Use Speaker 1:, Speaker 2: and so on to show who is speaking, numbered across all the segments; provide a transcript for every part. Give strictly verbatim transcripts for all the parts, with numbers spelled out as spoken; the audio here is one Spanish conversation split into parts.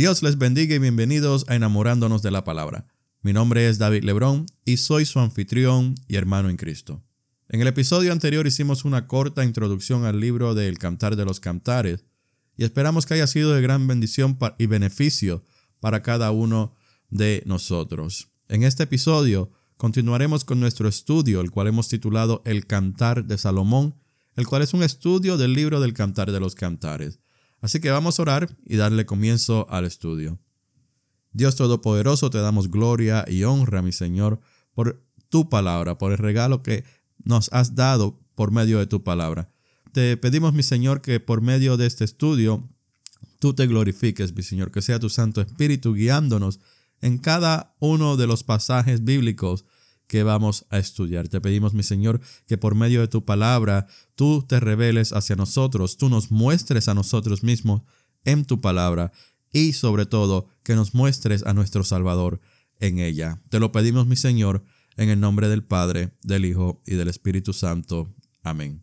Speaker 1: Dios les bendiga y bienvenidos a Enamorándonos de la Palabra. Mi nombre es David Lebrón y soy su anfitrión y hermano en Cristo. En el episodio anterior hicimos una corta introducción al libro de El Cantar de los Cantares y esperamos que haya sido de gran bendición y beneficio para cada uno de nosotros. En este episodio continuaremos con nuestro estudio, el cual hemos titulado El Cantar de Salomón, el cual es un estudio del libro del Cantar de los Cantares. Así que vamos a orar y darle comienzo al estudio. Dios Todopoderoso, te damos gloria y honra, mi Señor, por tu palabra, por el regalo que nos has dado por medio de tu palabra. Te pedimos, mi Señor, que por medio de este estudio tú te glorifiques, mi Señor, que sea tu Santo Espíritu guiándonos en cada uno de los pasajes bíblicos que vamos a estudiar. Te pedimos, mi Señor, que por medio de tu palabra tú te reveles hacia nosotros, tú nos muestres a nosotros mismos en tu palabra y sobre todo que nos muestres a nuestro Salvador en ella. Te lo pedimos, mi Señor, en el nombre del Padre, del Hijo y del Espíritu Santo. Amén.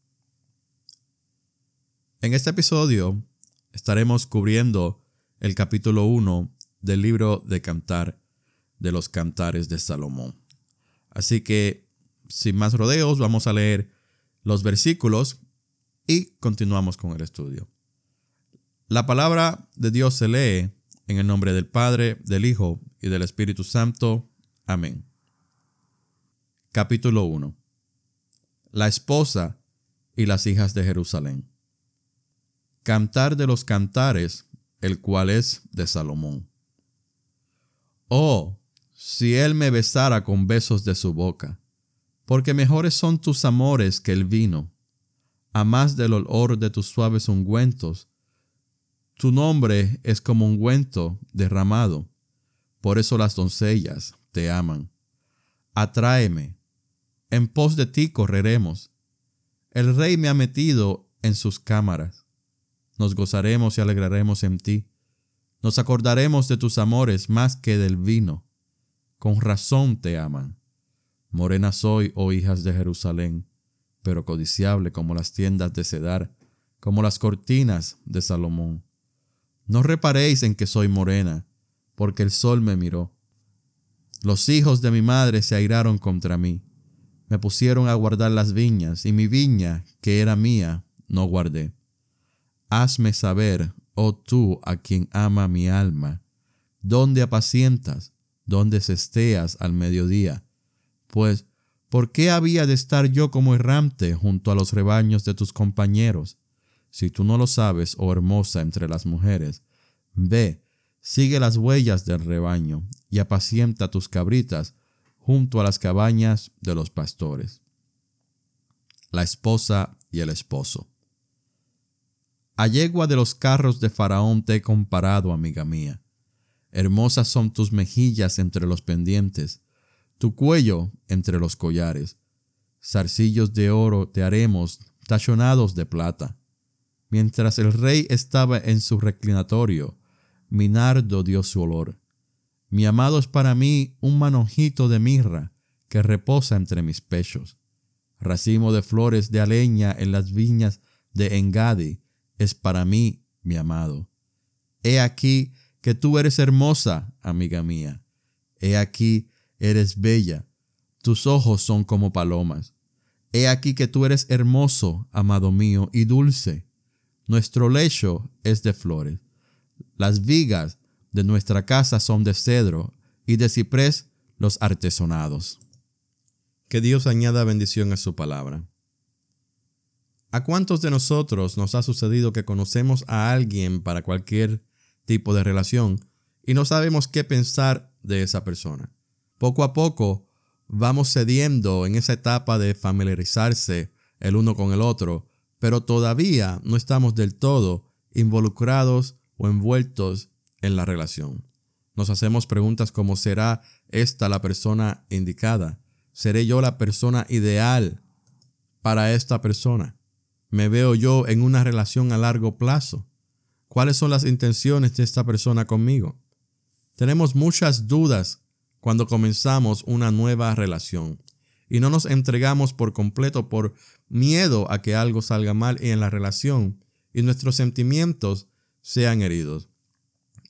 Speaker 1: En este episodio estaremos cubriendo el capítulo uno del libro de Cantar de los Cantares de Salomón. Así que, sin más rodeos, vamos a leer los versículos y continuamos con el estudio. La palabra de Dios se lee en el nombre del Padre, del Hijo y del Espíritu Santo. Amén. Capítulo uno. La esposa y las hijas de Jerusalén. Cantar de los Cantares, el cual es de Salomón. Oh, si él me besara con besos de su boca, porque mejores son tus amores que el vino, a más del olor de tus suaves ungüentos. Tu nombre es como ungüento derramado, por eso las doncellas te aman. Atráeme, en pos de ti correremos. El rey me ha metido en sus cámaras. Nos gozaremos y alegraremos en ti. Nos acordaremos de tus amores más que del vino. Con razón te aman. Morena soy, oh hijas de Jerusalén, pero codiciable como las tiendas de Cedar, como las cortinas de Salomón. No reparéis en que soy morena, porque el sol me miró. Los hijos de mi madre se airaron contra mí. Me pusieron a guardar las viñas, y mi viña, que era mía, no guardé. Hazme saber, oh tú a quien ama mi alma, ¿dónde apacientas? ¿Dónde cesteas al mediodía? Pues, ¿por qué había de estar yo como errante junto a los rebaños de tus compañeros? Si tú no lo sabes, oh hermosa entre las mujeres, ve, sigue las huellas del rebaño y apacienta tus cabritas junto a las cabañas de los pastores. La esposa y el esposo. A yegua de los carros de Faraón te he comparado, amiga mía. Hermosas son tus mejillas entre los pendientes, tu cuello entre los collares. Zarcillos de oro te haremos, tachonados de plata. Mientras el rey estaba en su reclinatorio, mi nardo dio su olor. Mi amado es para mí un manojito de mirra que reposa entre mis pechos. Racimo de flores de aleña en las viñas de Engadi es para mí, mi amado. He aquí que tú eres hermosa, amiga mía. He aquí, eres bella. Tus ojos son como palomas. He aquí que tú eres hermoso, amado mío, y dulce. Nuestro lecho es de flores. Las vigas de nuestra casa son de cedro, y de ciprés los artesonados. Que Dios añada bendición a su palabra. ¿A cuántos de nosotros nos ha sucedido que conocemos a alguien para cualquier tipo de relación y no sabemos qué pensar de esa persona? Poco a poco vamos cediendo en esa etapa de familiarizarse el uno con el otro, pero todavía no estamos del todo involucrados o envueltos en la relación. Nos hacemos preguntas como: ¿será esta la persona indicada? ¿Seré yo la persona ideal para esta persona? ¿Me veo yo en una relación a largo plazo? ¿Cuáles son las intenciones de esta persona conmigo? Tenemos muchas dudas cuando comenzamos una nueva relación y no nos entregamos por completo por miedo a que algo salga mal en la relación y nuestros sentimientos sean heridos.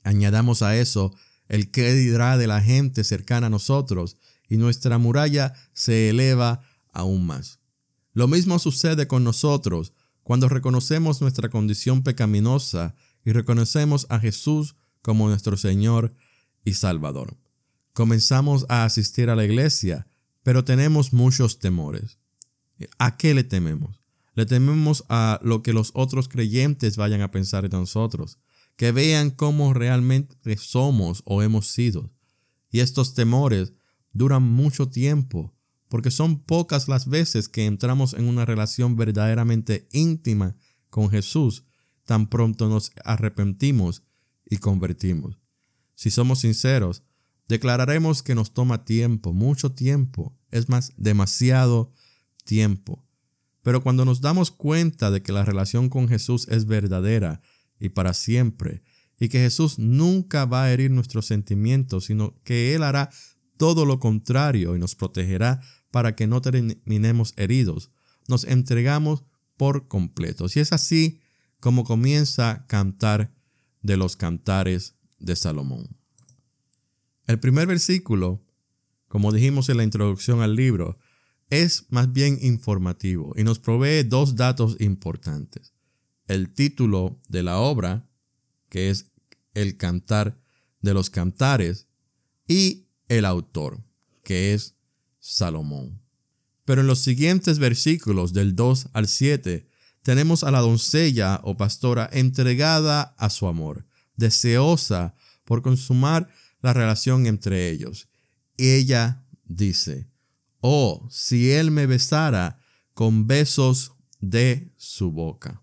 Speaker 1: Añadamos a eso el qué dirá de la gente cercana a nosotros y nuestra muralla se eleva aún más. Lo mismo sucede con nosotros cuando reconocemos nuestra condición pecaminosa y reconocemos a Jesús como nuestro Señor y Salvador. Comenzamos a asistir a la iglesia, pero tenemos muchos temores. ¿A qué le tememos? Le tememos a lo que los otros creyentes vayan a pensar de nosotros, que vean cómo realmente somos o hemos sido. Y estos temores duran mucho tiempo, porque son pocas las veces que entramos en una relación verdaderamente íntima con Jesús, tan pronto nos arrepentimos y convertimos. Si somos sinceros, declararemos que nos toma tiempo, mucho tiempo, es más, demasiado tiempo. Pero cuando nos damos cuenta de que la relación con Jesús es verdadera y para siempre, y que Jesús nunca va a herir nuestros sentimientos, sino que Él hará todo lo contrario y nos protegerá para que no terminemos heridos, nos entregamos por completo. Y es así como comienza Cantar de los Cantares de Salomón. El primer versículo, como dijimos en la introducción al libro, es más bien informativo y nos provee dos datos importantes. El título de la obra, que es el Cantar de los Cantares, y el autor, que es Salomón. Pero en los siguientes versículos, del dos al siete, tenemos a la doncella o pastora entregada a su amor, deseosa por consumar la relación entre ellos. Y ella dice: «Oh, si él me besara con besos de su boca».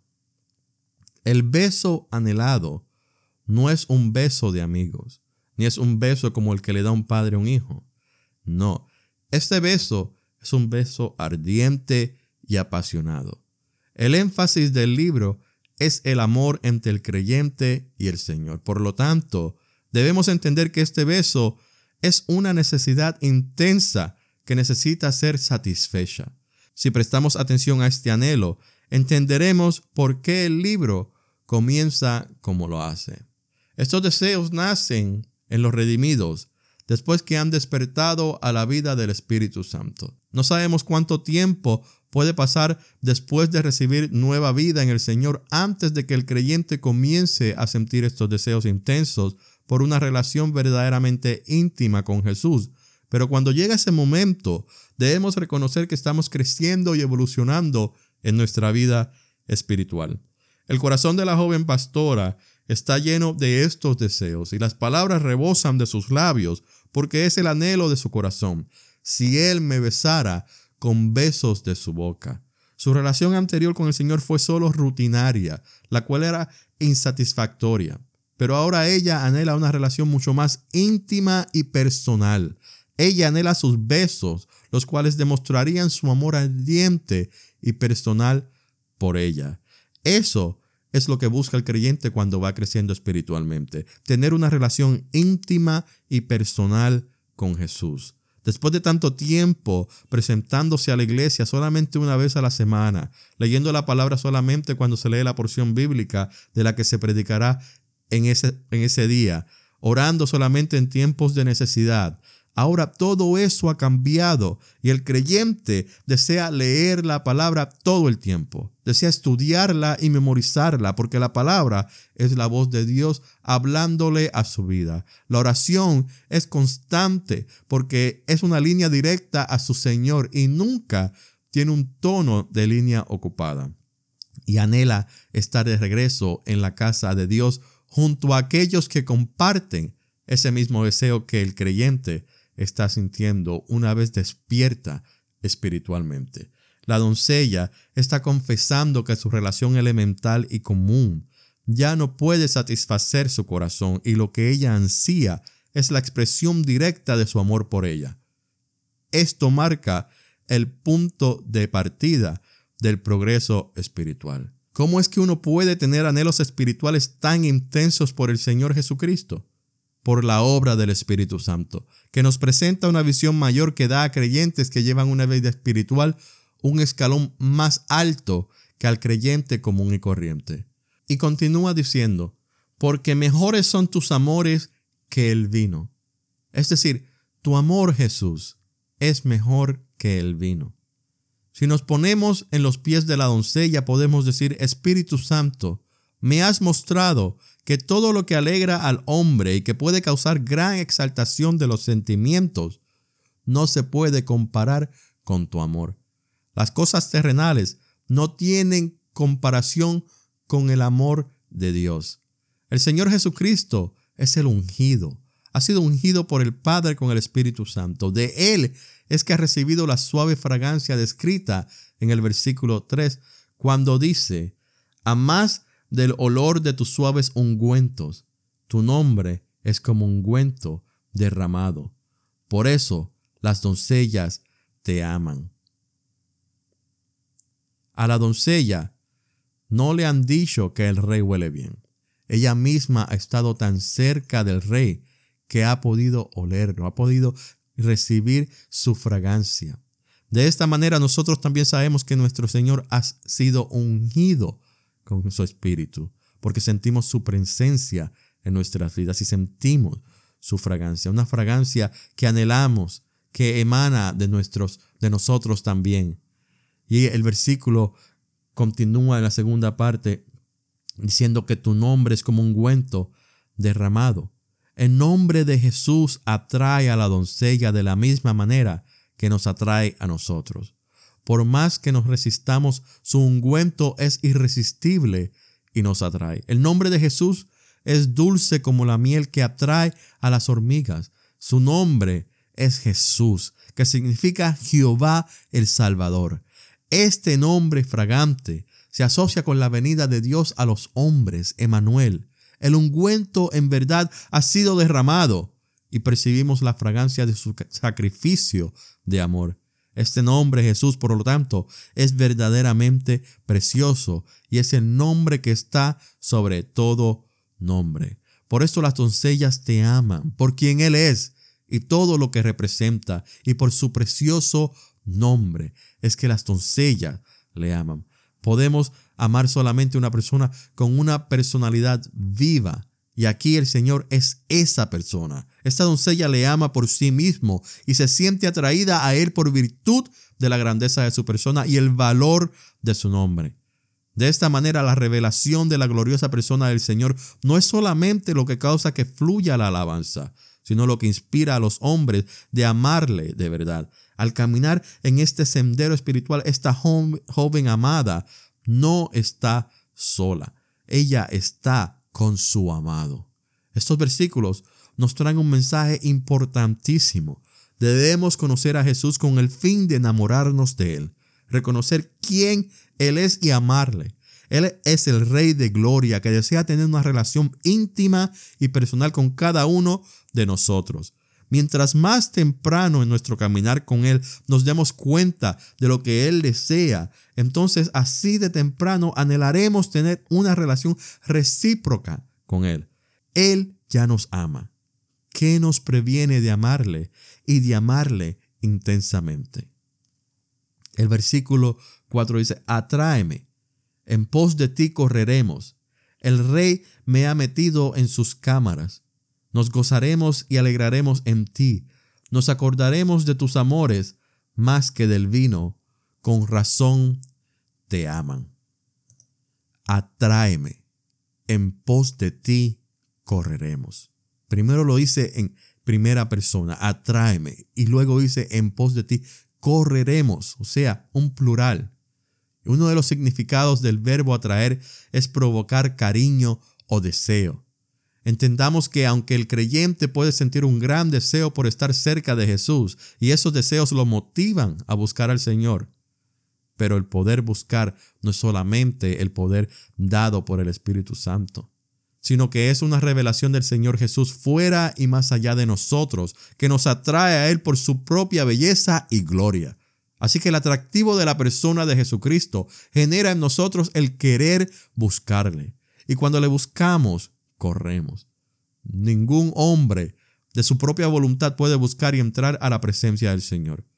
Speaker 1: El beso anhelado no es un beso de amigos, ni es un beso como el que le da un padre a un hijo. No, este beso es un beso ardiente y apasionado. El énfasis del libro es el amor entre el creyente y el Señor. Por lo tanto, debemos entender que este beso es una necesidad intensa que necesita ser satisfecha. Si prestamos atención a este anhelo, entenderemos por qué el libro comienza como lo hace. Estos deseos nacen en los redimidos, después que han despertado a la vida del Espíritu Santo. No sabemos cuánto tiempo puede pasar después de recibir nueva vida en el Señor antes de que el creyente comience a sentir estos deseos intensos por una relación verdaderamente íntima con Jesús. Pero cuando llega ese momento, debemos reconocer que estamos creciendo y evolucionando en nuestra vida espiritual. El corazón de la joven pastora está lleno de estos deseos y las palabras rebosan de sus labios porque es el anhelo de su corazón. Si él me besara con besos de su boca. Su relación anterior con el Señor fue solo rutinaria, la cual era insatisfactoria. Pero ahora ella anhela una relación mucho más íntima y personal. Ella anhela sus besos, los cuales demostrarían su amor ardiente y personal por ella. Eso es lo que busca el creyente cuando va creciendo espiritualmente. Tener una relación íntima y personal con Jesús. Después de tanto tiempo presentándose a la iglesia solamente una vez a la semana, leyendo la palabra solamente cuando se lee la porción bíblica de la que se predicará en ese, en ese día, orando solamente en tiempos de necesidad. Ahora todo eso ha cambiado y el creyente desea leer la palabra todo el tiempo. Desea estudiarla y memorizarla porque la palabra es la voz de Dios hablándole a su vida. La oración es constante porque es una línea directa a su Señor y nunca tiene un tono de línea ocupada. Y anhela estar de regreso en la casa de Dios junto a aquellos que comparten ese mismo deseo que el creyente está sintiendo una vez despierta espiritualmente. La doncella está confesando que su relación elemental y común ya no puede satisfacer su corazón y lo que ella ansía es la expresión directa de su amor por ella. Esto marca el punto de partida del progreso espiritual. ¿Cómo es que uno puede tener anhelos espirituales tan intensos por el Señor Jesucristo? Por la obra del Espíritu Santo, que nos presenta una visión mayor que da a creyentes que llevan una vida espiritual un escalón más alto que al creyente común y corriente. Y continúa diciendo: porque mejores son tus amores que el vino. Es decir, tu amor, Jesús, es mejor que el vino. Si nos ponemos en los pies de la doncella, podemos decir: Espíritu Santo, me has mostrado que todo lo que alegra al hombre y que puede causar gran exaltación de los sentimientos no se puede comparar con tu amor. Las cosas terrenales no tienen comparación con el amor de Dios. El Señor Jesucristo es el ungido. Ha sido ungido por el Padre con el Espíritu Santo. De Él es que ha recibido la suave fragancia descrita en el versículo tres, cuando dice: a más del olor de tus suaves ungüentos, tu nombre es como ungüento derramado. Por eso las doncellas te aman. A la doncella no le han dicho que el rey huele bien. Ella misma ha estado tan cerca del rey que ha podido olerlo, ha podido recibir su fragancia. De esta manera nosotros también sabemos que nuestro Señor ha sido ungido con su Espíritu, porque sentimos su presencia en nuestras vidas y sentimos su fragancia, una fragancia que anhelamos, que emana de, nuestros, de nosotros también. Y el versículo continúa en la segunda parte diciendo que tu nombre es como un ungüento derramado. El nombre de Jesús atrae a la doncella de la misma manera que nos atrae a nosotros. Por más que nos resistamos, su ungüento es irresistible y nos atrae. El nombre de Jesús es dulce como la miel que atrae a las hormigas. Su nombre es Jesús, que significa Jehová el Salvador. Este nombre fragante se asocia con la venida de Dios a los hombres, Emmanuel. El ungüento en verdad ha sido derramado y percibimos la fragancia de su sacrificio de amor. Este nombre, Jesús, por lo tanto, es verdaderamente precioso y es el nombre que está sobre todo nombre. Por eso las doncellas te aman, por quien Él es y todo lo que representa, y por su precioso nombre es que las doncellas le aman. Podemos amar solamente a una persona con una personalidad viva. Y aquí el Señor es esa persona. Esta doncella le ama por sí mismo y se siente atraída a Él por virtud de la grandeza de su persona y el valor de su nombre. De esta manera, la revelación de la gloriosa persona del Señor no es solamente lo que causa que fluya la alabanza, sino lo que inspira a los hombres de amarle de verdad. Al caminar en este sendero espiritual, esta joven amada no está sola. Ella está con su amado. Estos versículos nos traen un mensaje importantísimo. Debemos conocer a Jesús con el fin de enamorarnos de Él, reconocer quién Él es y amarle. Él es el Rey de Gloria que desea tener una relación íntima y personal con cada uno de nosotros. Mientras más temprano en nuestro caminar con Él nos demos cuenta de lo que Él desea, entonces así de temprano anhelaremos tener una relación recíproca con Él. Él ya nos ama. ¿Qué nos previene de amarle y de amarle intensamente? El versículo cuatro dice: atráeme, en pos de ti correremos. El Rey me ha metido en sus cámaras. Nos gozaremos y alegraremos en ti. Nos acordaremos de tus amores más que del vino. Con razón te aman. Atráeme. En pos de ti correremos. Primero lo dice en primera persona, atráeme. Y luego dice en pos de ti correremos. O sea, un plural. Uno de los significados del verbo atraer es provocar cariño o deseo. Entendamos que aunque el creyente puede sentir un gran deseo por estar cerca de Jesús, y esos deseos lo motivan a buscar al Señor, pero el poder buscar no es solamente el poder dado por el Espíritu Santo, sino que es una revelación del Señor Jesús fuera y más allá de nosotros, que nos atrae a Él por su propia belleza y gloria. Así que el atractivo de la persona de Jesucristo genera en nosotros el querer buscarle. Y cuando le buscamos, corremos. Ningún hombre de su propia voluntad puede buscar y entrar a la presencia del Señor.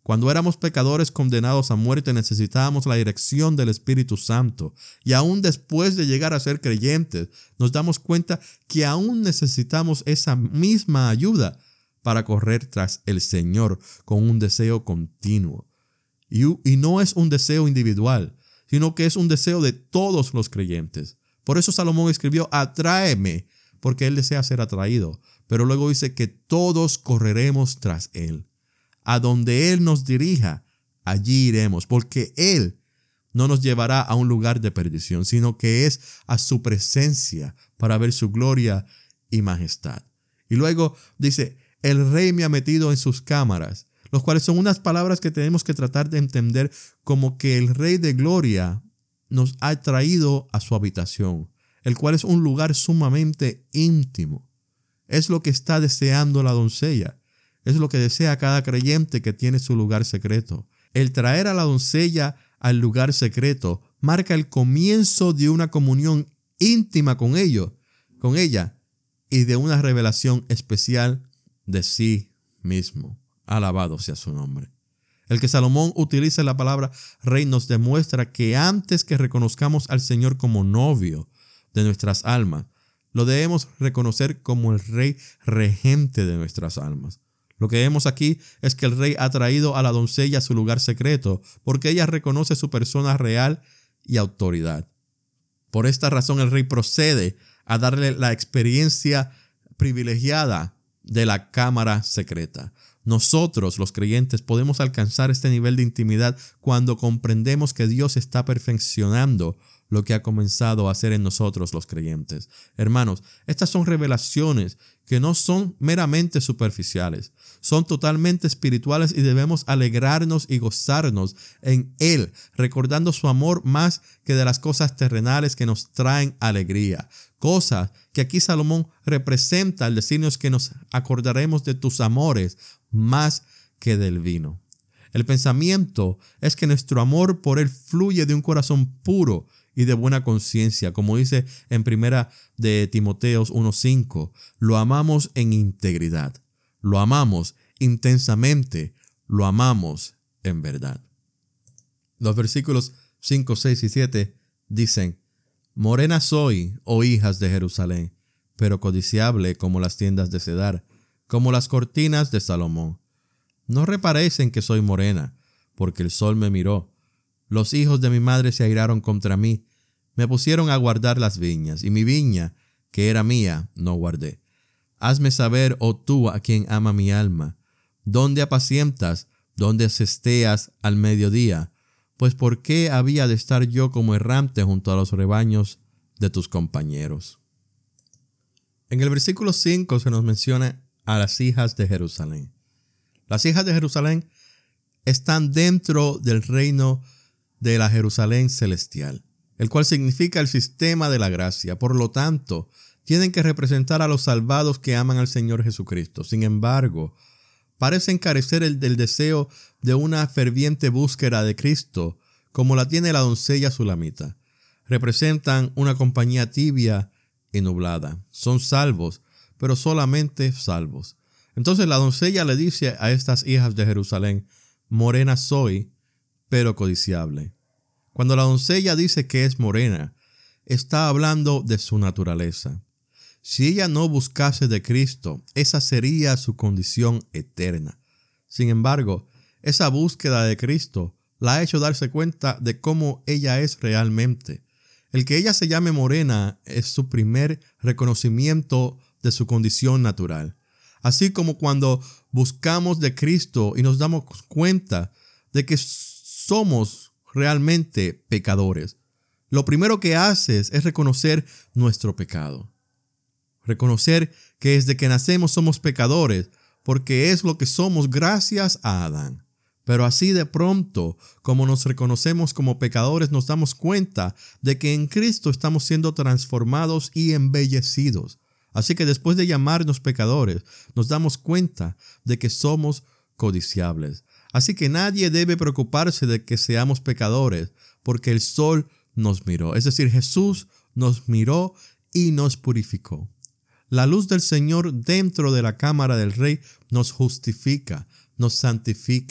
Speaker 1: Cuando éramos pecadores condenados a muerte, necesitábamos la dirección del Espíritu Santo. Y aún después de llegar a ser creyentes, nos damos cuenta que aún necesitamos esa misma ayuda para correr tras el Señor con un deseo continuo. Y, y no es un deseo individual, sino que es un deseo de todos los creyentes. Por eso Salomón escribió: atráeme, porque él desea ser atraído. Pero luego dice que todos correremos tras él. A donde él nos dirija, allí iremos, porque él no nos llevará a un lugar de perdición, sino que es a su presencia para ver su gloria y majestad. Y luego dice: el rey me ha metido en sus cámaras, los cuales son unas palabras que tenemos que tratar de entender como que el Rey de Gloria nos ha traído a su habitación, el cual es un lugar sumamente íntimo. Es lo que está deseando la doncella. Es lo que desea cada creyente que tiene su lugar secreto. El traer a la doncella al lugar secreto marca el comienzo de una comunión íntima con ello, con ella, y de una revelación especial de sí mismo. Alabado sea su nombre. El que Salomón utiliza la palabra rey nos demuestra que antes que reconozcamos al Señor como novio de nuestras almas, lo debemos reconocer como el rey regente de nuestras almas. Lo que vemos aquí es que el rey ha traído a la doncella a su lugar secreto porque ella reconoce su persona real y autoridad. Por esta razón el rey procede a darle la experiencia privilegiada de la cámara secreta. Nosotros, los creyentes, podemos alcanzar este nivel de intimidad cuando comprendemos que Dios está perfeccionando lo que ha comenzado a hacer en nosotros, los creyentes. Hermanos, estas son revelaciones que no son meramente superficiales, son totalmente espirituales y debemos alegrarnos y gozarnos en Él, recordando su amor más que de las cosas terrenales que nos traen alegría. Cosas que aquí Salomón representa al decirnos que nos acordaremos de tus amores más que del vino. El pensamiento es que nuestro amor por Él fluye de un corazón puro y de buena conciencia, como dice en primera de Timoteo uno cinco. Lo amamos en integridad, lo amamos intensamente, lo amamos en verdad. Los versículos cinco, seis y siete dicen: morena soy, oh hijas de Jerusalén, pero codiciable como las tiendas de Cedar, como las cortinas de Salomón. No reparéis en que soy morena, porque el sol me miró. Los hijos de mi madre se airaron contra mí, me pusieron a guardar las viñas, y mi viña, que era mía, no guardé. Hazme saber, oh tú, a quien ama mi alma, ¿dónde apacientas, dónde cesteas al mediodía? Pues ¿por qué había de estar yo como errante junto a los rebaños de tus compañeros? En el versículo cinco se nos menciona a las hijas de Jerusalén. Las hijas de Jerusalén están dentro del reino de la Jerusalén celestial, el cual significa el sistema de la gracia. Por lo tanto, tienen que representar a los salvados que aman al Señor Jesucristo. Sin embargo, parecen carecer el del deseo de una ferviente búsqueda de Cristo, como la tiene la doncella sulamita. Representan una compañía tibia y nublada. Son salvos, pero solamente salvos. Entonces la doncella le dice a estas hijas de Jerusalén: morena soy, pero codiciable. Cuando la doncella dice que es morena, está hablando de su naturaleza. Si ella no buscase de Cristo, esa sería su condición eterna. Sin embargo, esa búsqueda de Cristo la ha hecho darse cuenta de cómo ella es realmente. El que ella se llame morena es su primer reconocimiento de su condición natural. Así como cuando buscamos de Cristo y nos damos cuenta de que somos realmente pecadores, lo primero que haces es reconocer nuestro pecado. Reconocer que desde que nacemos somos pecadores, porque es lo que somos gracias a Adán. Pero así de pronto, como nos reconocemos como pecadores, nos damos cuenta de que en Cristo estamos siendo transformados y embellecidos. Así que después de llamarnos pecadores, nos damos cuenta de que somos codiciables. Así que nadie debe preocuparse de que seamos pecadores, porque el sol nos miró. Es decir, Jesús nos miró y nos purificó. La luz del Señor dentro de la cámara del Rey nos justifica, nos santifica,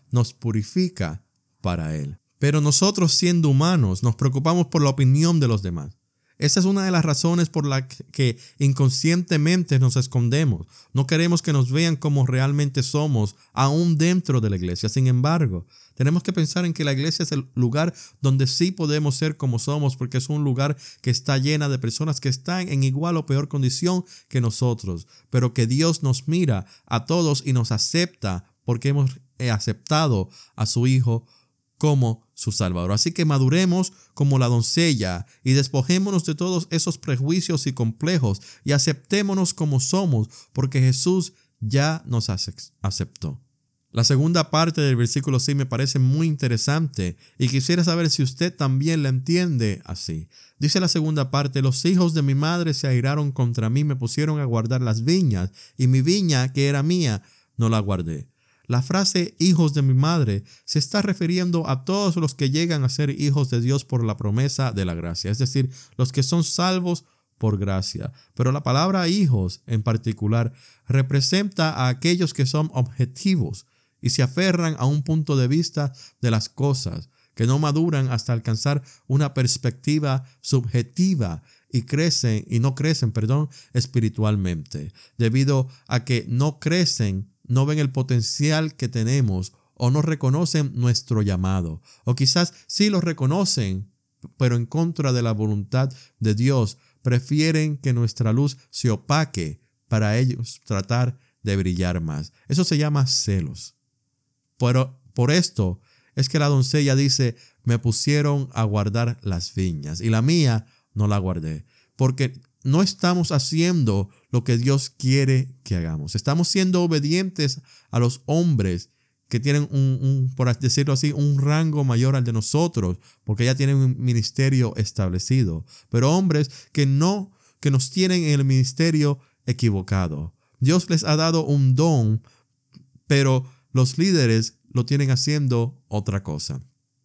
Speaker 1: nos purifica para Él. Pero nosotros, siendo humanos, nos preocupamos por la opinión de los demás. Esa es una de las razones por la que inconscientemente nos escondemos. No queremos que nos vean como realmente somos, aún dentro de la iglesia. Sin embargo, tenemos que pensar en que la iglesia es el lugar donde sí podemos ser como somos, porque es un lugar que está llena de personas que están en igual o peor condición que nosotros, pero que Dios nos mira a todos y nos acepta porque hemos aceptado a su Hijo como su Salvador. Así que maduremos como la doncella y despojémonos de todos esos prejuicios y complejos y aceptémonos como somos, porque Jesús ya nos aceptó. La segunda parte del versículo seis me parece muy interesante y quisiera saber si usted también la entiende así. Dice la segunda parte: los hijos de mi madre se airaron contra mí, me pusieron a guardar las viñas, y mi viña, que era mía, no la guardé. La frase hijos de mi madre se está refiriendo a todos los que llegan a ser hijos de Dios por la promesa de la gracia, es decir, los que son salvos por gracia. Pero la palabra hijos en particular representa a aquellos que son objetivos y se aferran a un punto de vista de las cosas, que no maduran hasta alcanzar una perspectiva subjetiva y crecen y no crecen, perdón, espiritualmente, debido a que no crecen. No ven el potencial que tenemos o no reconocen nuestro llamado. O quizás sí lo reconocen, pero en contra de la voluntad de Dios, prefieren que nuestra luz se opaque para ellos tratar de brillar más. Eso se llama celos. Pero por esto es que la doncella dice: me pusieron a guardar las viñas y la mía no la guardé. Porque no estamos haciendo lo que Dios quiere que hagamos. Estamos siendo obedientes a los hombres que tienen un, un, por decirlo así, un rango mayor al de nosotros, porque ya tienen un ministerio establecido. Pero hombres que no, que nos tienen en el ministerio equivocado. Dios les ha dado un don, pero los líderes lo tienen haciendo otra cosa.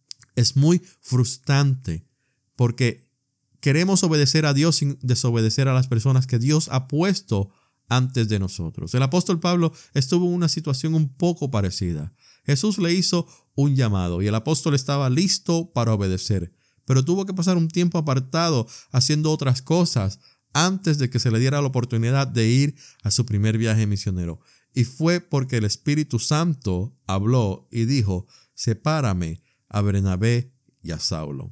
Speaker 1: Es muy frustrante porque queremos obedecer a Dios sin desobedecer a las personas que Dios ha puesto antes de nosotros. El apóstol Pablo estuvo en una situación un poco parecida. Jesús le hizo un llamado y el apóstol estaba listo para obedecer, pero tuvo que pasar un tiempo apartado haciendo otras cosas antes de que se le diera la oportunidad de ir a su primer viaje misionero. Y fue porque el Espíritu Santo habló y dijo: sepárame a Bernabé y a Saulo.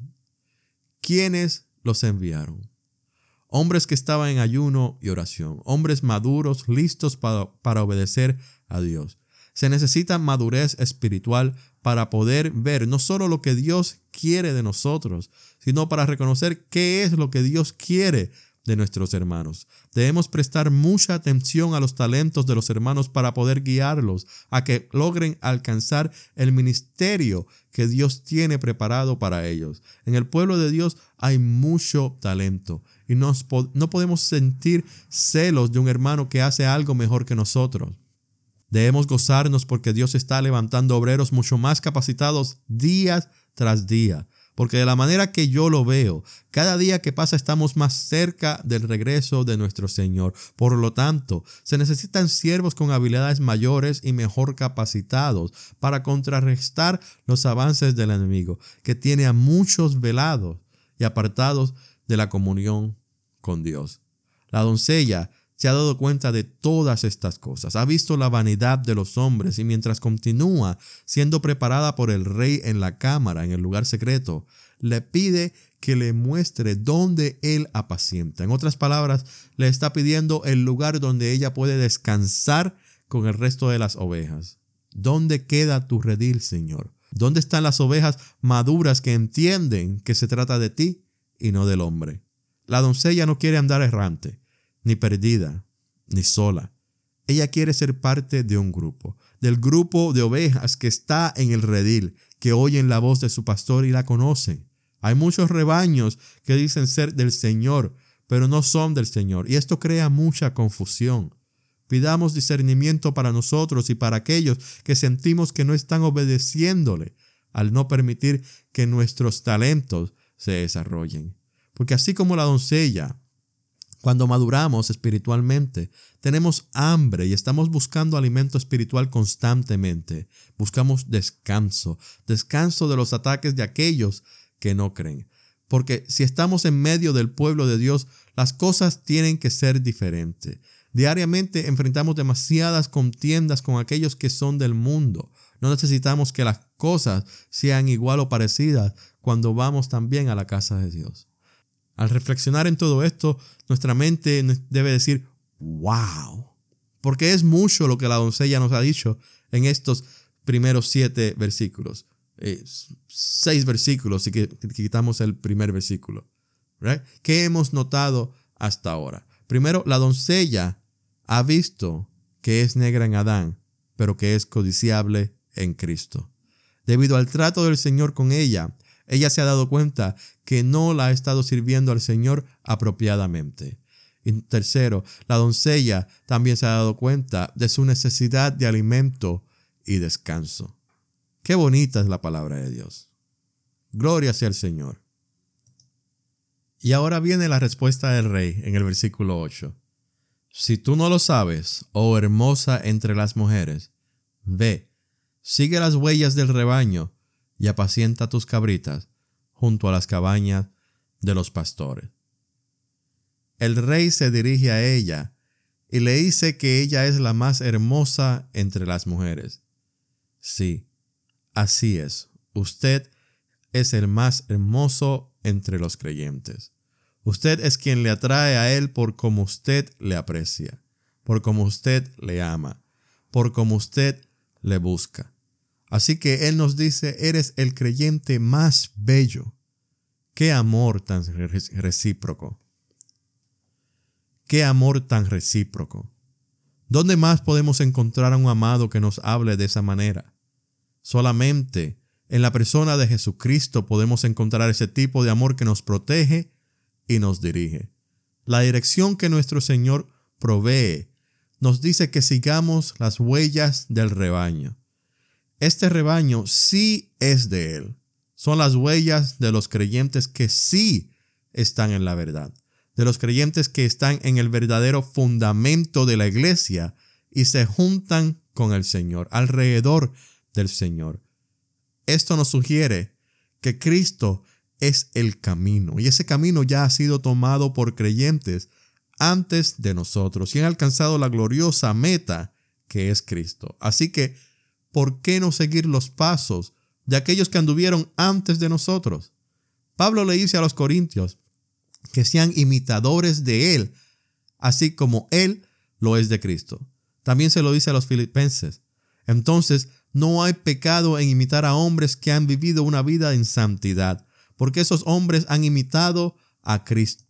Speaker 1: ¿Quiénes los enviaron? Hombres que estaban en ayuno y oración, hombres maduros, listos para, para obedecer a Dios. Se necesita madurez espiritual para poder ver no solo lo que Dios quiere de nosotros, sino para reconocer qué es lo que Dios quiere de nuestros hermanos. Debemos prestar mucha atención a los talentos de los hermanos para poder guiarlos a que logren alcanzar el ministerio que Dios tiene preparado para ellos. En el pueblo de Dios hay mucho talento y nos, no podemos sentir celos de un hermano que hace algo mejor que nosotros. Debemos gozarnos porque Dios está levantando obreros mucho más capacitados día tras día. Porque de la manera que yo lo veo, cada día que pasa estamos más cerca del regreso de nuestro Señor. Por lo tanto, se necesitan siervos con habilidades mayores y mejor capacitados para contrarrestar los avances del enemigo, que tiene a muchos velados y apartados de la comunión con Dios. La doncella se ha dado cuenta de todas estas cosas, ha visto la vanidad de los hombres y mientras continúa siendo preparada por el rey en la cámara, en el lugar secreto, le pide que le muestre dónde él apacienta. En otras palabras, le está pidiendo el lugar donde ella puede descansar con el resto de las ovejas. ¿Dónde queda tu redil, Señor? ¿Dónde están las ovejas maduras que entienden que se trata de ti y no del hombre? La doncella no quiere andar errante, ni perdida, ni sola. Ella quiere ser parte de un grupo, del grupo de ovejas que está en el redil, que oyen la voz de su pastor y la conocen. Hay muchos rebaños que dicen ser del Señor, pero no son del Señor, y esto crea mucha confusión. Pidamos discernimiento para nosotros y para aquellos que sentimos que no están obedeciéndole al no permitir que nuestros talentos se desarrollen. Porque así como la doncella Cuando maduramos espiritualmente, tenemos hambre y estamos buscando alimento espiritual constantemente. Buscamos descanso, descanso de los ataques de aquellos que no creen. Porque si estamos en medio del pueblo de Dios, las cosas tienen que ser diferentes. Diariamente enfrentamos demasiadas contiendas con aquellos que son del mundo. No necesitamos que las cosas sean igual o parecidas cuando vamos también a la casa de Dios. Al reflexionar en todo esto, nuestra mente debe decir, wow, porque es mucho lo que la doncella nos ha dicho en estos primeros siete versículos. Eh, seis versículos si quitamos el primer versículo. ¿Right? ¿Qué hemos notado hasta ahora? Primero, la doncella ha visto que es negra en Adán, pero que es codiciable en Cristo. Debido al trato del Señor con ella, ella se ha dado cuenta que no la ha estado sirviendo al Señor apropiadamente. Y tercero, la doncella también se ha dado cuenta de su necesidad de alimento y descanso. Qué bonita es la palabra de Dios. Gloria sea al Señor. Y ahora viene la respuesta del rey en el versículo ocho. Si tú no lo sabes, oh hermosa entre las mujeres, ve, sigue las huellas del rebaño y apacienta tus cabritas junto a las cabañas de los pastores. El rey se dirige a ella y le dice que ella es la más hermosa entre las mujeres. Sí, así es. Usted es el más hermoso entre los creyentes. Usted es quien le atrae a él por cómo usted le aprecia, por cómo usted le ama, por cómo usted le busca. Así que él nos dice, eres el creyente más bello. ¡Qué amor tan recíproco! ¡Qué amor tan recíproco! ¿Dónde más podemos encontrar a un amado que nos hable de esa manera? Solamente en la persona de Jesucristo podemos encontrar ese tipo de amor que nos protege y nos dirige. La dirección que nuestro Señor provee nos dice que sigamos las huellas del rebaño. Este rebaño sí es de Él. Son las huellas de los creyentes que sí están en la verdad, de los creyentes que están en el verdadero fundamento de la iglesia y se juntan con el Señor, alrededor del Señor. Esto nos sugiere que Cristo es el camino y ese camino ya ha sido tomado por creyentes antes de nosotros y han alcanzado la gloriosa meta que es Cristo. Así que, ¿por qué no seguir los pasos de aquellos que anduvieron antes de nosotros? Pablo le dice a los corintios que sean imitadores de Él, así como Él lo es de Cristo. También se lo dice a los filipenses. Entonces, no hay pecado en imitar a hombres que han vivido una vida en santidad, porque esos hombres han imitado a Cristo.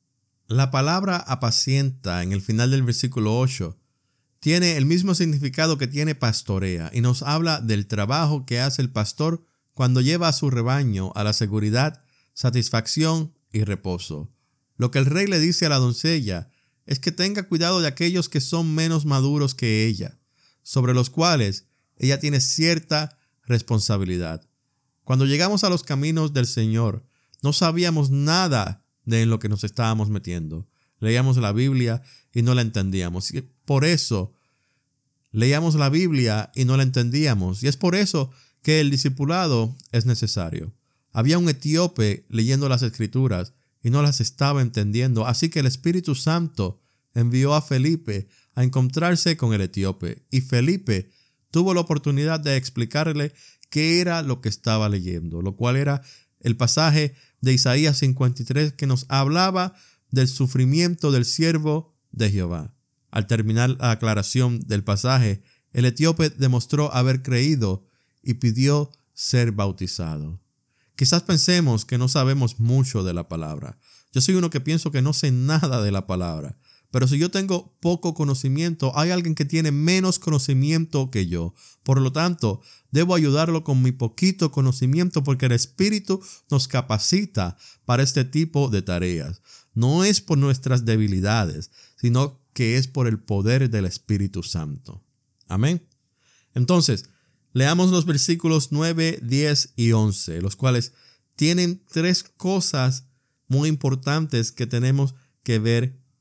Speaker 1: La palabra apacienta en el final del versículo ocho tiene el mismo significado que tiene pastorea y nos habla del trabajo que hace el pastor cuando lleva a su rebaño a la seguridad, satisfacción y reposo. Lo que el rey le dice a la doncella es que tenga cuidado de aquellos que son menos maduros que ella, sobre los cuales ella tiene cierta responsabilidad. Cuando llegamos a los caminos del Señor, no sabíamos nada de en lo que nos estábamos metiendo. Leíamos la Biblia y no la entendíamos. Y por eso leíamos la Biblia y no la entendíamos. Y es por eso que el discipulado es necesario. Había un etíope leyendo las Escrituras y no las estaba entendiendo. Así que el Espíritu Santo envió a Felipe a encontrarse con el etíope. Y Felipe tuvo la oportunidad de explicarle qué era lo que estaba leyendo, lo cual era el pasaje de Isaías cincuenta y tres que nos hablaba del sufrimiento del siervo de Jehová. Al terminar la aclaración del pasaje, el etíope demostró haber creído y pidió ser bautizado. Quizás pensemos que no sabemos mucho de la palabra. Yo soy uno que pienso que no sé nada de la palabra. Pero si yo tengo poco conocimiento, hay alguien que tiene menos conocimiento que yo. Por lo tanto, debo ayudarlo con mi poquito conocimiento porque el Espíritu nos capacita para este tipo de tareas. No es por nuestras debilidades, sino que es por el poder del Espíritu Santo. Amén. Entonces, leamos los versículos nueve, diez y once, los cuales tienen tres cosas muy importantes que tenemos que ver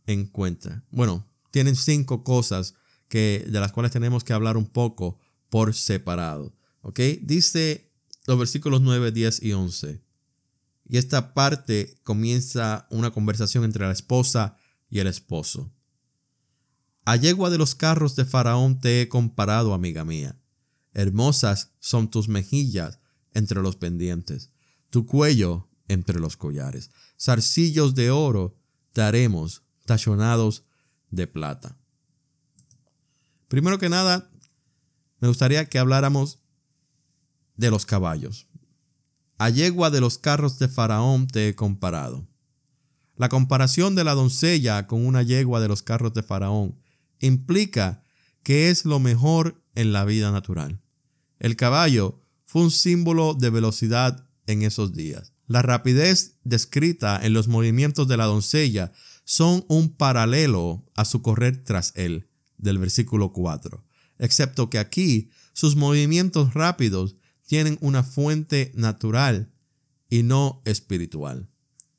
Speaker 1: en cuenta. Bueno, tienen cinco cosas que, de las cuales tenemos que hablar un poco por separado. ¿Ok? Dice los versículos nueve, diez y once. Y esta parte comienza una conversación entre la esposa y el esposo. A yegua de los carros de Faraón te he comparado, amiga mía. Hermosas son tus mejillas entre los pendientes, tu cuello entre los collares. Zarcillos de oro te haremos, tachonados de plata. Primero que nada, me gustaría que habláramos de los caballos. A yegua de los carros de Faraón te he comparado. La comparación de la doncella con una yegua de los carros de Faraón implica que es lo mejor en la vida natural. El caballo fue un símbolo de velocidad en esos días. La rapidez descrita en los movimientos de la doncella son un paralelo a su correr tras él, del versículo cuatro, excepto que aquí sus movimientos rápidos tienen una fuente natural y no espiritual.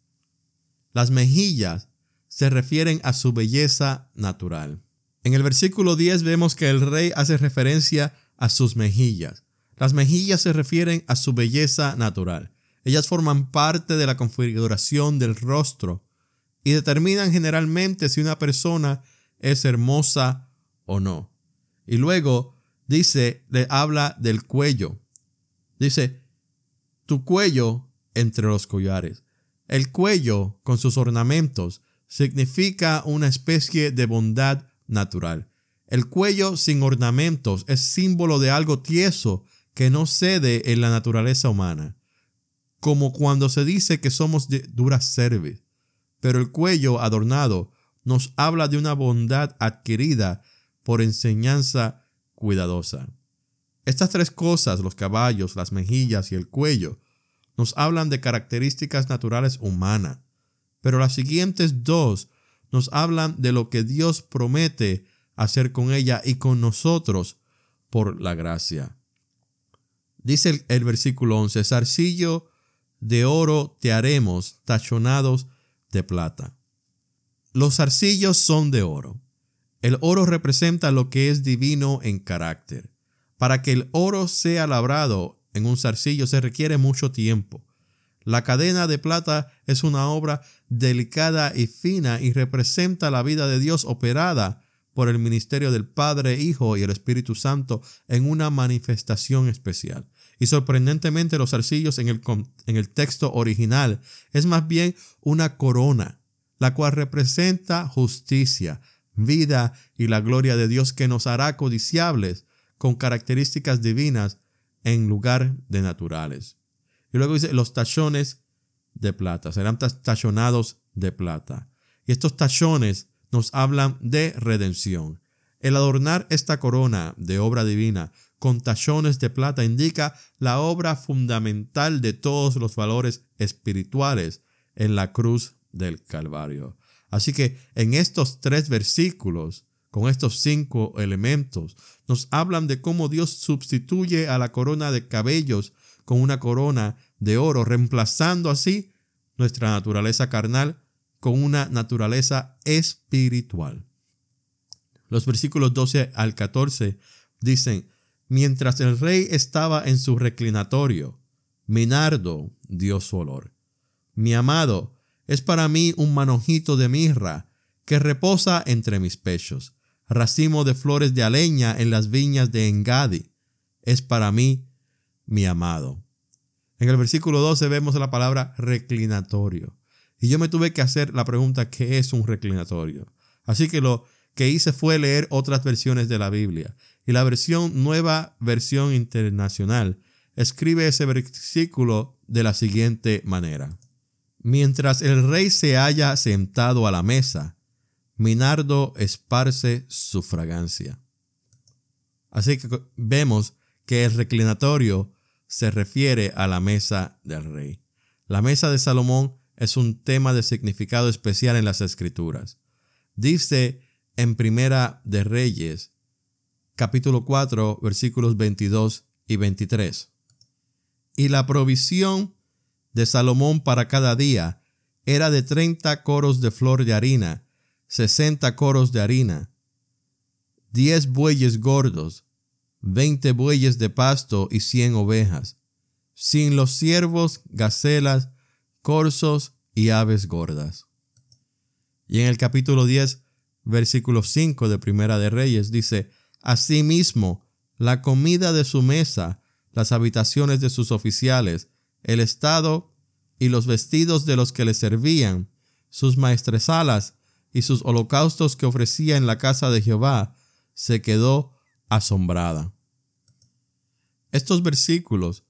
Speaker 1: Las mejillas se refieren a su belleza natural. En el versículo diez vemos que el rey hace referencia a sus mejillas. Las mejillas se refieren a su belleza natural. Ellas forman parte de la configuración del rostro y determinan generalmente si una persona es hermosa o no. Y luego dice, le habla del cuello. Dice, tu cuello entre los collares. El cuello, con sus ornamentos, significa una especie de bondad natural. El cuello sin ornamentos es símbolo de algo tieso que no cede en la naturaleza humana, como cuando se dice que somos de dura cerviz. Pero el cuello adornado nos habla de una bondad adquirida por enseñanza cuidadosa. Estas tres cosas, los caballos, las mejillas y el cuello, nos hablan de características naturales humanas, pero las siguientes dos nos hablan de lo que Dios promete hacer con ella y con nosotros por la gracia. Dice el, el versículo once, zarcillo de oro te haremos, tachonados de plata. Los zarcillos son de oro. El oro representa lo que es divino en carácter. Para que el oro sea labrado en un zarcillo se requiere mucho tiempo. La cadena de plata es una obra delicada y fina y representa la vida de Dios operada por el ministerio del Padre, Hijo y el Espíritu Santo en una manifestación especial. Y sorprendentemente los zarcillos en el, en el texto original es más bien una corona, la cual representa justicia, vida y la gloria de Dios que nos hará codiciables con características divinas en lugar de naturales. Y luego dice los tachones de plata, serán tachonados de plata. Y estos tachones nos hablan de redención. El adornar esta corona de obra divina con tachones de plata indica la obra fundamental de todos los valores espirituales en la cruz del Calvario. Así que en estos tres versículos, con estos cinco elementos, nos hablan de cómo Dios sustituye a la corona de cabellos con una corona de oro, reemplazando así nuestra naturaleza carnal con una naturaleza espiritual. Los versículos doce al catorce dicen, mientras el rey estaba en su reclinatorio, mi nardo dio su olor. Mi amado es para mí un manojito de mirra que reposa entre mis pechos. Racimo de flores de aleña en las viñas de Engadi. Es para mí mi amado. En el versículo doce vemos la palabra reclinatorio. Y yo me tuve que hacer la pregunta, ¿qué es un reclinatorio? Así que lo que hice fue leer otras versiones de la Biblia. Y la versión Nueva Versión Internacional escribe ese versículo de la siguiente manera. Mientras el rey se halla sentado a la mesa, mi nardo esparce su fragancia. Así que vemos que el reclinatorio se refiere a la mesa del rey. La mesa de Salomón es un tema de significado especial en las Escrituras. Dice en Primera de Reyes, capítulo cuatro, versículos veintidós y veintitrés. Y la provisión de Salomón para cada día era de treinta coros de flor de harina, sesenta coros de harina, diez bueyes gordos, veinte bueyes de pasto y cien ovejas, sin los ciervos, gacelas, corzos y aves gordas. Y en el capítulo diez, versículo cinco de Primera de Reyes dice: asimismo, la comida de su mesa, las habitaciones de sus oficiales, el estado y los vestidos de los que le servían, sus maestresalas y sus holocaustos que ofrecía en la casa de Jehová, se quedó asombrada. Estos versículos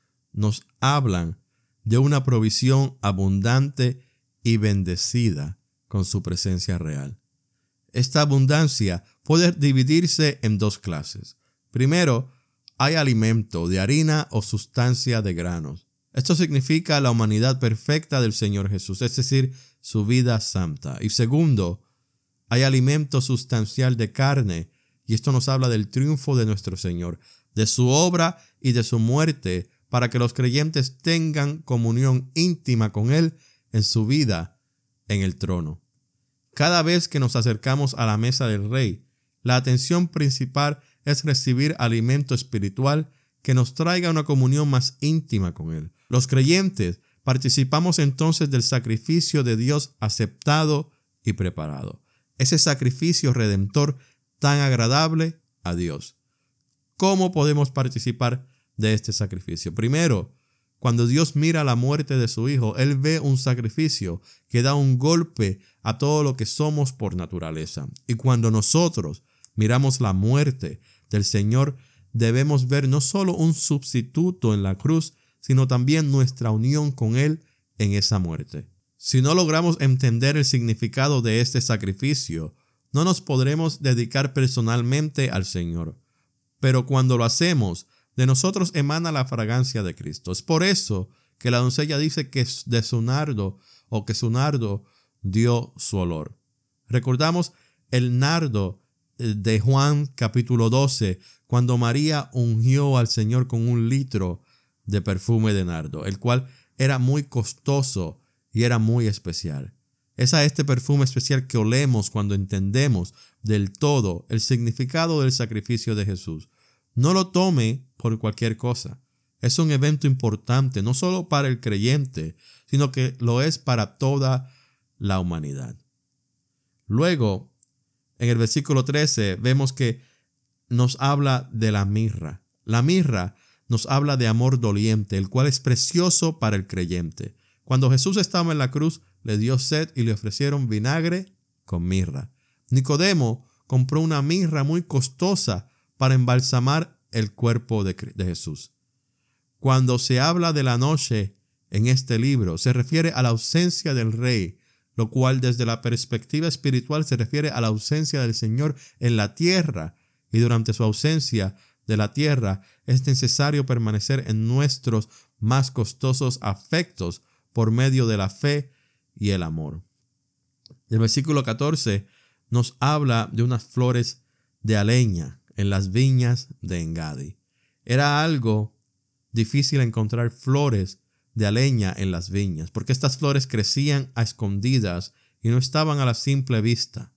Speaker 1: nos hablan de una provisión abundante y bendecida con su presencia real. Esta abundancia puede dividirse en dos clases. Primero, hay alimento de harina o sustancia de granos. Esto significa la humanidad perfecta del Señor Jesús, es decir, su vida santa. Y segundo, hay alimento sustancial de carne, y esto nos habla del triunfo de nuestro Señor, de su obra y de su muerte, para que los creyentes tengan comunión íntima con Él en su vida en el trono. Cada vez que nos acercamos a la mesa del Rey, la atención principal es recibir alimento espiritual que nos traiga una comunión más íntima con Él. Los creyentes participamos entonces del sacrificio de Dios aceptado y preparado. Ese sacrificio redentor tan agradable a Dios. ¿Cómo podemos participar de este sacrificio? Primero, cuando Dios mira la muerte de su Hijo, Él ve un sacrificio que da un golpe a todo lo que somos por naturaleza. Y cuando nosotros miramos la muerte del Señor, debemos ver no solo un sustituto en la cruz, sino también nuestra unión con Él en esa muerte. Si no logramos entender el significado de este sacrificio, no nos podremos dedicar personalmente al Señor. Pero cuando lo hacemos, de nosotros emana la fragancia de Cristo. Es por eso que la doncella dice que de su nardo o que su nardo dio su olor. Recordamos el nardo de Juan capítulo doce, cuando María ungió al Señor con un litro de perfume de nardo, el cual era muy costoso y era muy especial. Es a este perfume especial que olemos cuando entendemos del todo el significado del sacrificio de Jesús. No lo tome por cualquier cosa. Es un evento importante, no solo para el creyente, sino que lo es para toda la humanidad. Luego, en el versículo trece, vemos que nos habla de la mirra. La mirra nos habla de amor doliente, el cual es precioso para el creyente. Cuando Jesús estaba en la cruz, le dio sed y le ofrecieron vinagre con mirra. Nicodemo compró una mirra muy costosa para embalsamar el cuerpo de, de Jesús. Cuando se habla de la noche en este libro, se refiere a la ausencia del Rey, lo cual desde la perspectiva espiritual se refiere a la ausencia del Señor en la tierra, y durante su ausencia de la tierra es necesario permanecer en nuestros más costosos afectos por medio de la fe y el amor. El versículo catorce nos habla de unas flores de aleña en las viñas de Engadi. Era algo difícil encontrar flores de aleña en las viñas, porque estas flores crecían a escondidas y no estaban a la simple vista.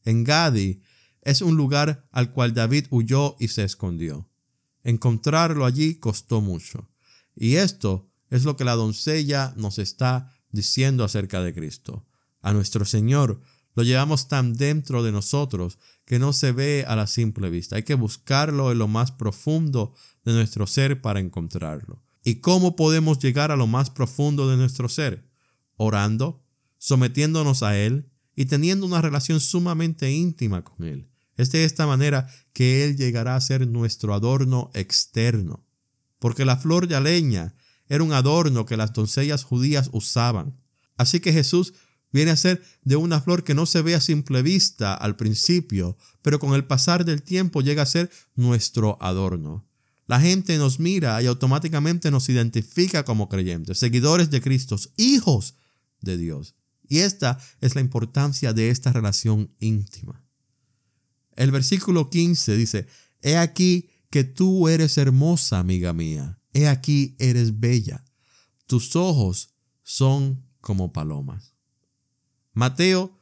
Speaker 1: Engadi es un lugar al cual David huyó y se escondió. Encontrarlo allí costó mucho. Y esto es lo que la doncella nos está diciendo acerca de Cristo. A nuestro Señor lo llevamos tan dentro de nosotros que no se ve a la simple vista. Hay que buscarlo en lo más profundo de nuestro ser para encontrarlo. ¿Y cómo podemos llegar a lo más profundo de nuestro ser? Orando, sometiéndonos a Él y teniendo una relación sumamente íntima con Él. Es de esta manera que Él llegará a ser nuestro adorno externo. Porque la flor de aleña era un adorno que las doncellas judías usaban. Así que Jesús viene a ser de una flor que no se ve a simple vista al principio, pero con el pasar del tiempo llega a ser nuestro adorno. La gente nos mira y automáticamente nos identifica como creyentes, seguidores de Cristo, hijos de Dios. Y esta es la importancia de esta relación íntima. El versículo quince dice: He aquí que tú eres hermosa, amiga mía. He aquí eres bella. Tus ojos son como palomas. Mateo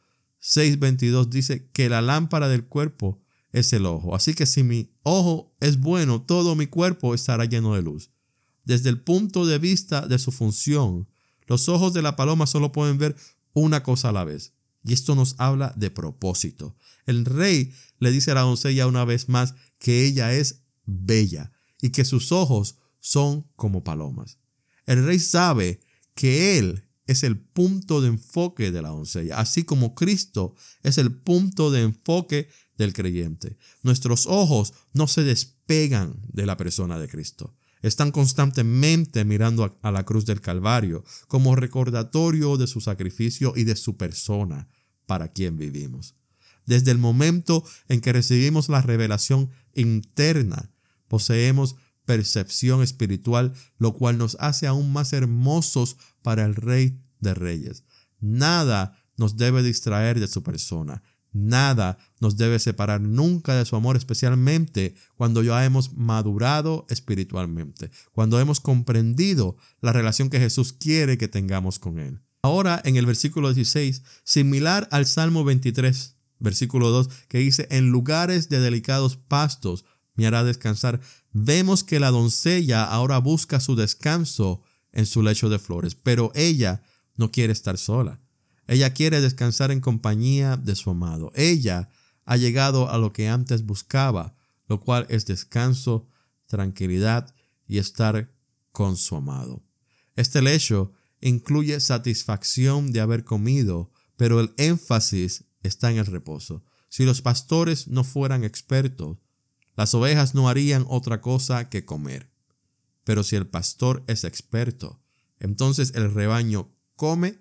Speaker 1: seis veintidós dice que la lámpara del cuerpo es el ojo. Así que si mi ojo es bueno, todo mi cuerpo estará lleno de luz. Desde el punto de vista de su función, los ojos de la paloma solo pueden ver una cosa a la vez. Y esto nos habla de propósito. El rey le dice a la doncella una vez más que ella es bella y que sus ojos son como palomas. El rey sabe que él es el punto de enfoque de la doncella, así como Cristo es el punto de enfoque del creyente. Nuestros ojos no se despegan de la persona de Cristo. Están constantemente mirando a la cruz del Calvario como recordatorio de su sacrificio y de su persona para quien vivimos. Desde el momento en que recibimos la revelación interna, poseemos percepción espiritual, lo cual nos hace aún más hermosos para el Rey de Reyes. Nada nos debe distraer de su persona. Nada nos debe separar nunca de su amor, especialmente cuando ya hemos madurado espiritualmente, cuando hemos comprendido la relación que Jesús quiere que tengamos con Él. Ahora, en el versículo dieciséis, similar al Salmo veintitrés, versículo dos, que dice: en lugares de delicados pastos me hará descansar, vemos que la doncella ahora busca su descanso en su lecho de flores, pero ella no quiere estar sola. Ella quiere descansar en compañía de su amado. Ella ha llegado a lo que antes buscaba, lo cual es descanso, tranquilidad y estar con su amado. Este lecho incluye satisfacción de haber comido, pero el énfasis está en el reposo. Si los pastores no fueran expertos, las ovejas no harían otra cosa que comer. Pero si el pastor es experto, entonces el rebaño come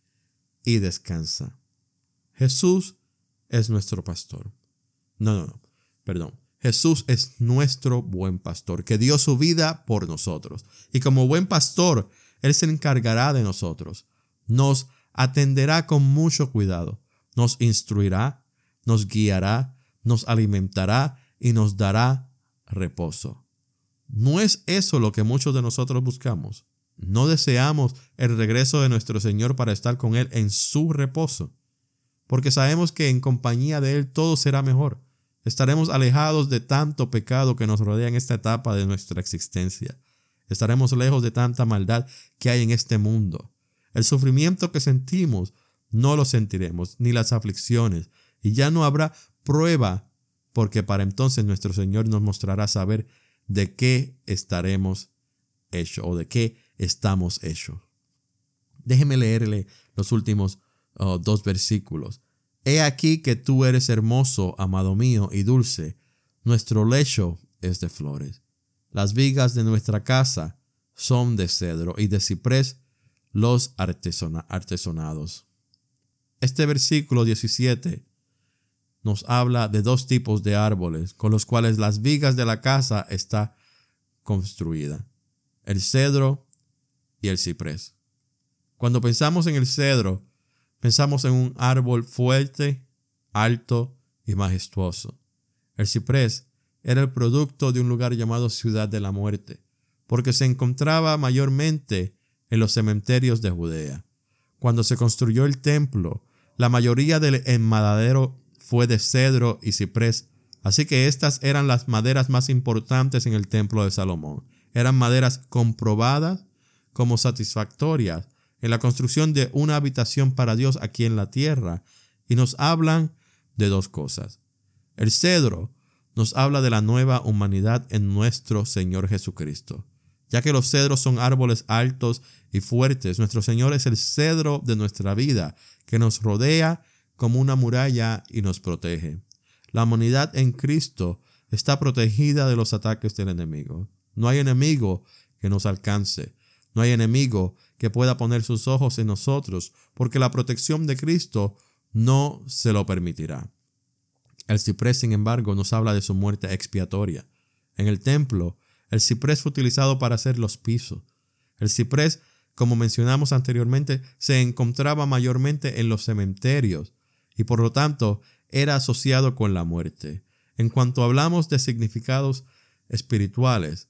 Speaker 1: y descansa. Jesús es nuestro pastor. No, no, no, perdón. Jesús es nuestro buen pastor, que dio su vida por nosotros. Y como buen pastor, Él se encargará de nosotros. Nos atenderá con mucho cuidado. Nos instruirá, nos guiará, nos alimentará y nos dará reposo. ¿No es eso lo que muchos de nosotros buscamos? ¿No deseamos el regreso de nuestro Señor para estar con Él en su reposo? Porque sabemos que en compañía de Él todo será mejor. Estaremos alejados de tanto pecado que nos rodea en esta etapa de nuestra existencia. Estaremos lejos de tanta maldad que hay en este mundo. El sufrimiento que sentimos no lo sentiremos, ni las aflicciones, y ya no habrá prueba, porque para entonces nuestro Señor nos mostrará saber de qué estaremos hechos o de qué estamos hechos. Déjeme leerle los últimos uh, dos versículos. He aquí que tú eres hermoso, amado mío, y dulce. Nuestro lecho es de flores. Las vigas de nuestra casa son de cedro y de ciprés los artesona- artesonados. Este versículo diecisiete nos habla de dos tipos de árboles con los cuales las vigas de la casa está construida: el cedro y el ciprés. Cuando pensamos en el cedro, pensamos en un árbol fuerte, alto y majestuoso. El ciprés era el producto de un lugar llamado Ciudad de la Muerte, porque se encontraba mayormente en los cementerios de Judea. Cuando se construyó el templo, la mayoría del enmadadero fue de cedro y ciprés, así que estas eran las maderas más importantes en el templo de Salomón. Eran maderas comprobadas como satisfactorias en la construcción de una habitación para Dios aquí en la tierra, y nos hablan de dos cosas. El cedro nos habla de la nueva humanidad en nuestro Señor Jesucristo. Ya que los cedros son árboles altos y fuertes, nuestro Señor es el cedro de nuestra vida, que nos rodea como una muralla y nos protege. La humanidad en Cristo está protegida de los ataques del enemigo. No hay enemigo que nos alcance. No hay enemigo que pueda poner sus ojos en nosotros, porque la protección de Cristo no se lo permitirá. El ciprés, sin embargo, nos habla de su muerte expiatoria. En el templo, el ciprés fue utilizado para hacer los pisos. El ciprés, como mencionamos anteriormente, se encontraba mayormente en los cementerios y por lo tanto era asociado con la muerte. En cuanto hablamos de significados espirituales,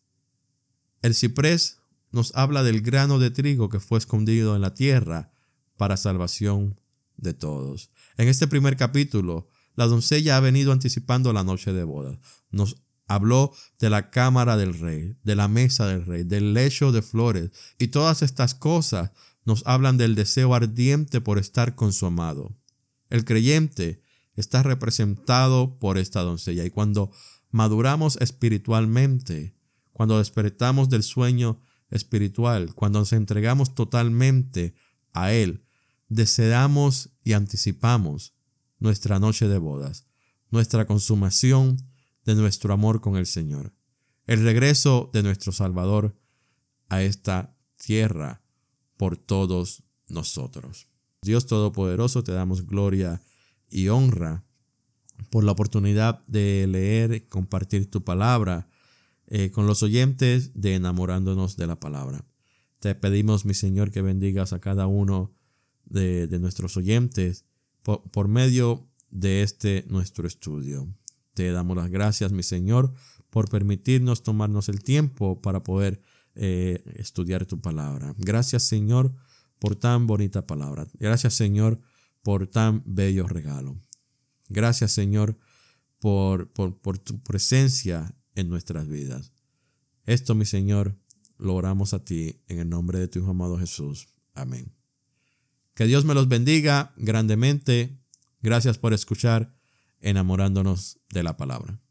Speaker 1: el ciprés nos habla del grano de trigo que fue escondido en la tierra para salvación de todos. En este primer capítulo, la doncella ha venido anticipando la noche de bodas. Nos habló de la cámara del rey, de la mesa del rey, del lecho de flores, y todas estas cosas nos hablan del deseo ardiente por estar con su amado. El creyente está representado por esta doncella, y cuando maduramos espiritualmente, cuando despertamos del sueño espiritual, cuando nos entregamos totalmente a Él, deseamos y anticipamos nuestra noche de bodas, nuestra consumación de nuestro amor con el Señor, el regreso de nuestro Salvador a esta tierra por todos nosotros. Dios Todopoderoso, te damos gloria y honra por la oportunidad de leer y compartir tu palabra eh, con los oyentes de Enamorándonos de la Palabra. Te pedimos, mi Señor, que bendigas a cada uno de, de nuestros oyentes por, por medio de este nuestro estudio. Te damos las gracias, mi Señor, por permitirnos tomarnos el tiempo para poder eh, estudiar tu palabra. Gracias, Señor, por tan bonita palabra. Gracias, Señor, por tan bello regalo. Gracias, Señor, por, por, por tu presencia en nuestras vidas. Esto, mi Señor, lo oramos a ti en el nombre de tu Hijo amado Jesús. Amén. Que Dios me los bendiga grandemente. Gracias por escuchar Enamorándonos de la Palabra.